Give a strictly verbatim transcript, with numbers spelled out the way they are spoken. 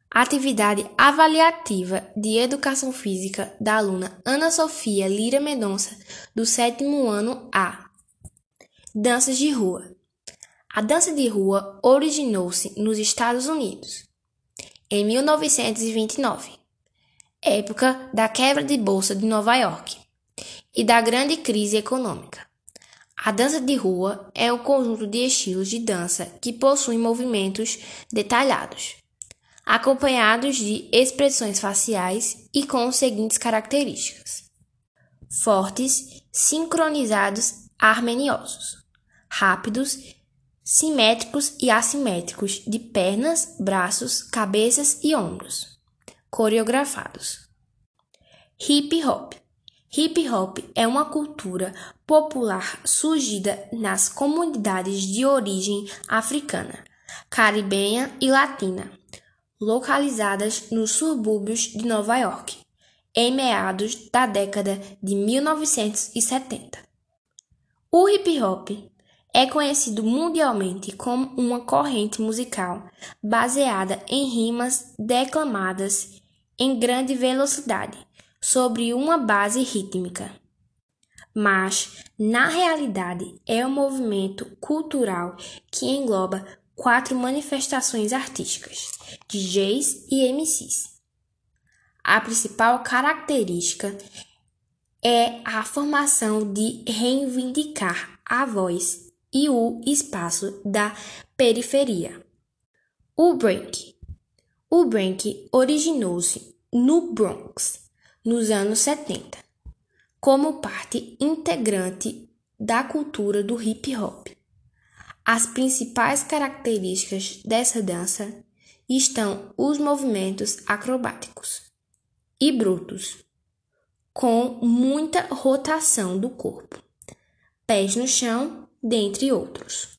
Atividade avaliativa de educação física da aluna Ana Sofia Lira Mendonça, do sétimo ano A. Danças de rua. A dança de rua originou-se nos Estados Unidos em mil novecentos e vinte e nove, época da quebra de bolsa de Nova York e da grande crise econômica. A dança de rua é um conjunto de estilos de dança que possuem movimentos detalhados, acompanhados de expressões faciais e com as seguintes características: fortes, sincronizados, harmoniosos, rápidos, simétricos e assimétricos de pernas, braços, cabeças e ombros, coreografados. Hip hop. Hip hop é uma cultura popular surgida nas comunidades de origem africana, caribenha e latina, localizadas nos subúrbios de Nova York, em meados da década de mil novecentos e setenta. O hip hop é conhecido mundialmente como uma corrente musical baseada em rimas declamadas em grande velocidade sobre uma base rítmica. Mas, na realidade, é um movimento cultural que engloba quatro manifestações artísticas, D Js e M Cs. A principal característica é a formação de reivindicar a voz e o espaço da periferia. O break. O break originou-se no Bronx, nos anos setenta, como parte integrante da cultura do hip hop. As principais características dessa dança estão os movimentos acrobáticos e brutos, com muita rotação do corpo, pés no chão, dentre outros.